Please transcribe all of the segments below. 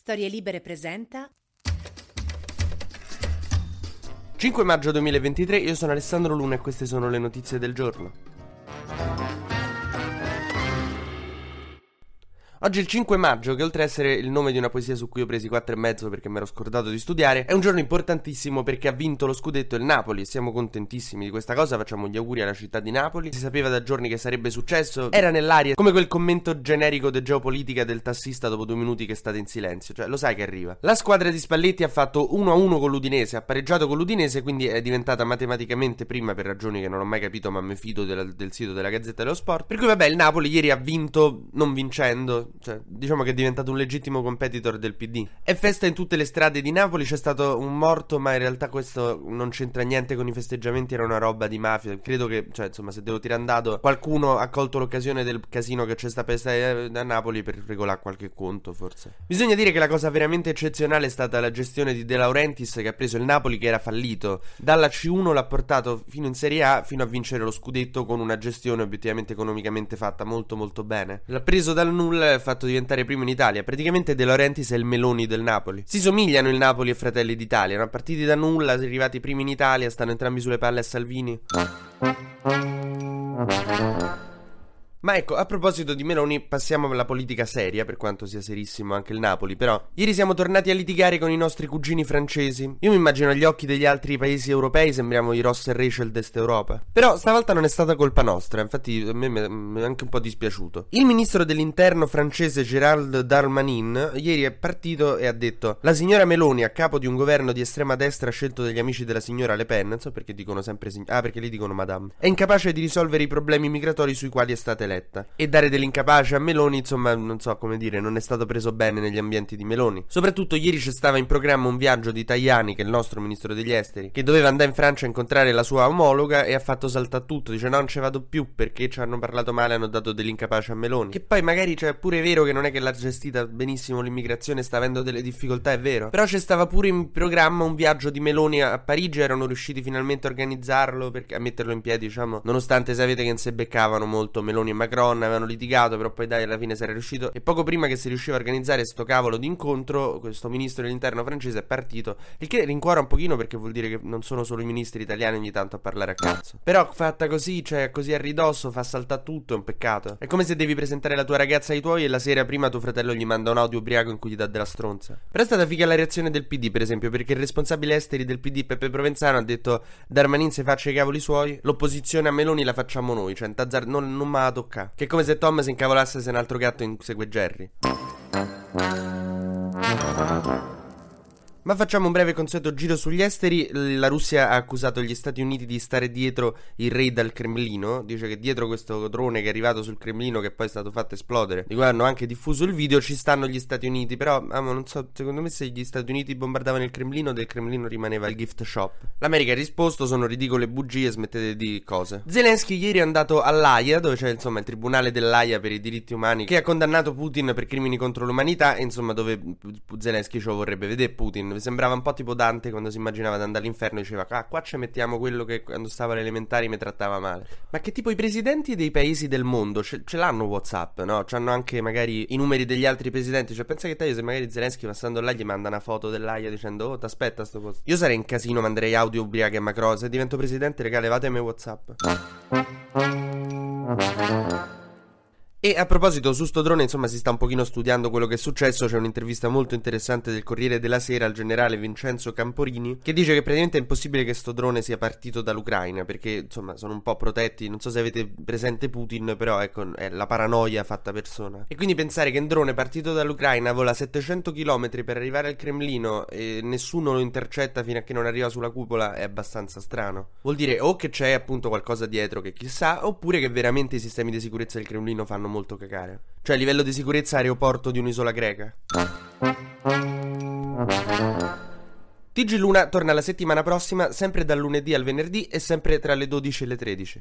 Storie Libere presenta 5 maggio 2023, io sono Alessandro Luna e queste sono le notizie del giorno. Oggi è il 5 maggio, che oltre a essere il nome di una poesia su cui ho presi 4,5 perché mi ero scordato di studiare, è un giorno importantissimo perché ha vinto lo scudetto il Napoli e siamo contentissimi di questa cosa, facciamo gli auguri alla città di Napoli. Si sapeva da giorni che sarebbe successo, era nell'aria, come quel commento generico de geopolitica del tassista dopo 2 minuti che state in silenzio, cioè lo sai che arriva. La squadra di Spalletti ha fatto 1-1 con l'Udinese, ha pareggiato con l'Udinese, quindi è diventata matematicamente prima per ragioni che non ho mai capito, ma mi fido del sito della Gazzetta dello Sport. Per cui vabbè, il Napoli ieri ha vinto non vincendo, cioè diciamo che è diventato un legittimo competitor del PD. È festa in tutte le strade di Napoli, c'è stato un morto, ma in realtà questo non c'entra niente con i festeggiamenti, era una roba di mafia. Credo che, cioè insomma, se devo tirare un dado, qualcuno ha colto l'occasione del casino che c'è sta festa da Napoli per regolare qualche conto, forse. Bisogna dire che la cosa veramente eccezionale è stata la gestione di De Laurentiis, che ha preso il Napoli che era fallito, dalla C1 l'ha portato fino in Serie A, fino a vincere lo scudetto con una gestione obiettivamente economicamente fatta molto molto bene. L'ha preso dal nulla e ha fatto diventare primo in Italia. Praticamente De Laurentiis è il Meloni del Napoli. Si somigliano il Napoli e Fratelli d'Italia, no? Partiti da nulla, arrivati primi in Italia, stanno entrambi sulle palle a Salvini. Ma ecco, a proposito di Meloni, passiamo alla politica seria, per quanto sia serissimo anche il Napoli, però ieri siamo tornati a litigare con i nostri cugini francesi. Io mi immagino agli occhi degli altri paesi europei sembriamo i Ross e Rachel d'Est Europa. Però stavolta non è stata colpa nostra, infatti a me mi è anche un po' dispiaciuto. Il ministro dell'interno francese Gérald Darmanin ieri è partito e ha detto: la signora Meloni, a capo di un governo di estrema destra scelto dagli amici della signora Le Pen, non so perché dicono sempre perché lì dicono madame, è incapace di risolvere i problemi migratori sui quali è stata eletta. E dare dell'incapace a Meloni, insomma, non so come dire, non è stato preso bene negli ambienti di Meloni. Soprattutto ieri c'è stava in programma un viaggio di Tajani, che è il nostro ministro degli esteri, che doveva andare in Francia a incontrare la sua omologa e ha fatto saltare tutto. Dice: no, non ci vado più perché ci hanno parlato male, hanno dato dell'incapace a Meloni. Che poi magari, cioè, pure è vero che non è che l'ha gestita benissimo l'immigrazione, sta avendo delle difficoltà, è vero. Però c'è stava pure in programma un viaggio di Meloni a Parigi, erano riusciti finalmente a organizzarlo, a metterlo in piedi, diciamo, nonostante sapete che non si beccavano molto Meloni e Macron, avevano litigato, però poi dai, alla fine si era riuscito. E poco prima che si riusciva a organizzare sto cavolo d'incontro, questo ministro dell'interno francese è partito, il che rincuora un pochino perché vuol dire che non sono solo i ministri italiani ogni tanto a parlare a cazzo. Però fatta così, cioè così a ridosso, fa saltare tutto, è un peccato. È come se devi presentare la tua ragazza ai tuoi e la sera prima tuo fratello gli manda un audio ubriaco in cui gli dà della stronza. Però è stata figa la reazione del PD, per esempio, perché il responsabile esteri del PD, Peppe Provenzano, ha detto: Darmanin se faccia i cavoli suoi, l'opposizione a Meloni la facciamo noi, cioè non me la tocca. Che è come se Tom si incavolasse se un altro gatto insegue Jerry. Ma facciamo un breve consueto giro sugli esteri. La Russia ha accusato gli Stati Uniti di stare dietro il raid al Cremlino. Dice che dietro questo drone che è arrivato sul Cremlino, che poi è stato fatto esplodere, di cui hanno anche diffuso il video, ci stanno gli Stati Uniti. Però non so, secondo me se gli Stati Uniti bombardavano il Cremlino, del Cremlino rimaneva il gift shop. L'America ha risposto: sono ridicole bugie, smettete di cose. Zelensky ieri è andato all'Aia, dove c'è insomma il tribunale dell'Aia per i diritti umani, che ha condannato Putin per crimini contro l'umanità, e insomma dove Zelensky ce lo vorrebbe vedere Putin. Sembrava un po' tipo Dante quando si immaginava di andare all'inferno e diceva: ah, qua ci mettiamo quello che quando stavo alle elementari mi trattava male. Ma che tipo i presidenti dei paesi del mondo ce l'hanno WhatsApp, no? C'hanno anche magari i numeri degli altri presidenti. Cioè pensa che te, se magari Zelensky passando là gli manda una foto dell'Aia dicendo: oh, t'aspetta sto posto. Io sarei in casino, manderei audio ubriache a Macron. Se divento presidente, regà, levatemi WhatsApp. E a proposito, su sto drone, insomma, si sta un pochino studiando quello che è successo. C'è un'intervista molto interessante del Corriere della Sera al generale Vincenzo Camporini, che dice che praticamente è impossibile che sto drone sia partito dall'Ucraina, perché insomma sono un po' protetti. Non so se avete presente Putin, però ecco, è la paranoia fatta persona. E quindi pensare che un drone partito dall'Ucraina vola 700 km per arrivare al Cremlino e nessuno lo intercetta fino a che non arriva sulla cupola è abbastanza strano. Vuol dire o che c'è appunto qualcosa dietro che chissà, oppure che veramente i sistemi di sicurezza del Cremlino fanno molto cagare. Cioè a livello di sicurezza aeroporto di un'isola greca. TG Luna torna la settimana prossima, sempre dal lunedì al venerdì e sempre tra le 12 e le 13.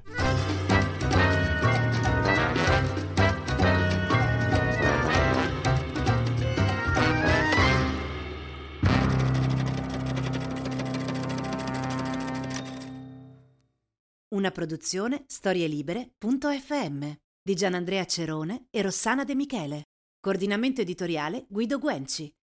Una produzione storielibere.fm di Gianandrea Cerone e Rossana De Michele. Coordinamento editoriale Guido Guenci.